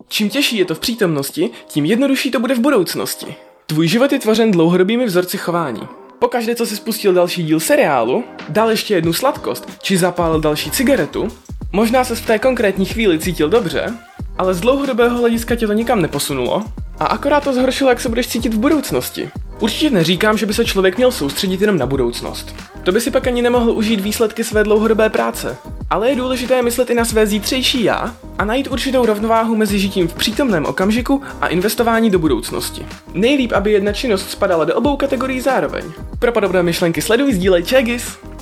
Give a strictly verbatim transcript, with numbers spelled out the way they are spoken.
Čím těžší je to v přítomnosti, tím jednodušší to bude v budoucnosti. Tvůj život je tvořen dlouhodobými vzorci chování. Pokaždé, co si spustil další díl seriálu, dal ještě jednu sladkost, či zapálil další cigaretu, možná ses v té konkrétní chvíli cítil dobře, ale z dlouhodobého hlediska tě to nikam neposunulo a akorát to zhoršilo, jak se budeš cítit v budoucnosti. Určitě neříkám, že by se člověk měl soustředit jenom na budoucnost. To by si pak ani nemohl užít výsledky své dlouhodobé práce. Ale je důležité myslet i na své zítřejší já a najít určitou rovnováhu mezi žitím v přítomném okamžiku a investování do budoucnosti. Nejlíp, aby jedna činnost spadala do obou kategorií zároveň. Pro podobné myšlenky sleduj, sdílej, čegis!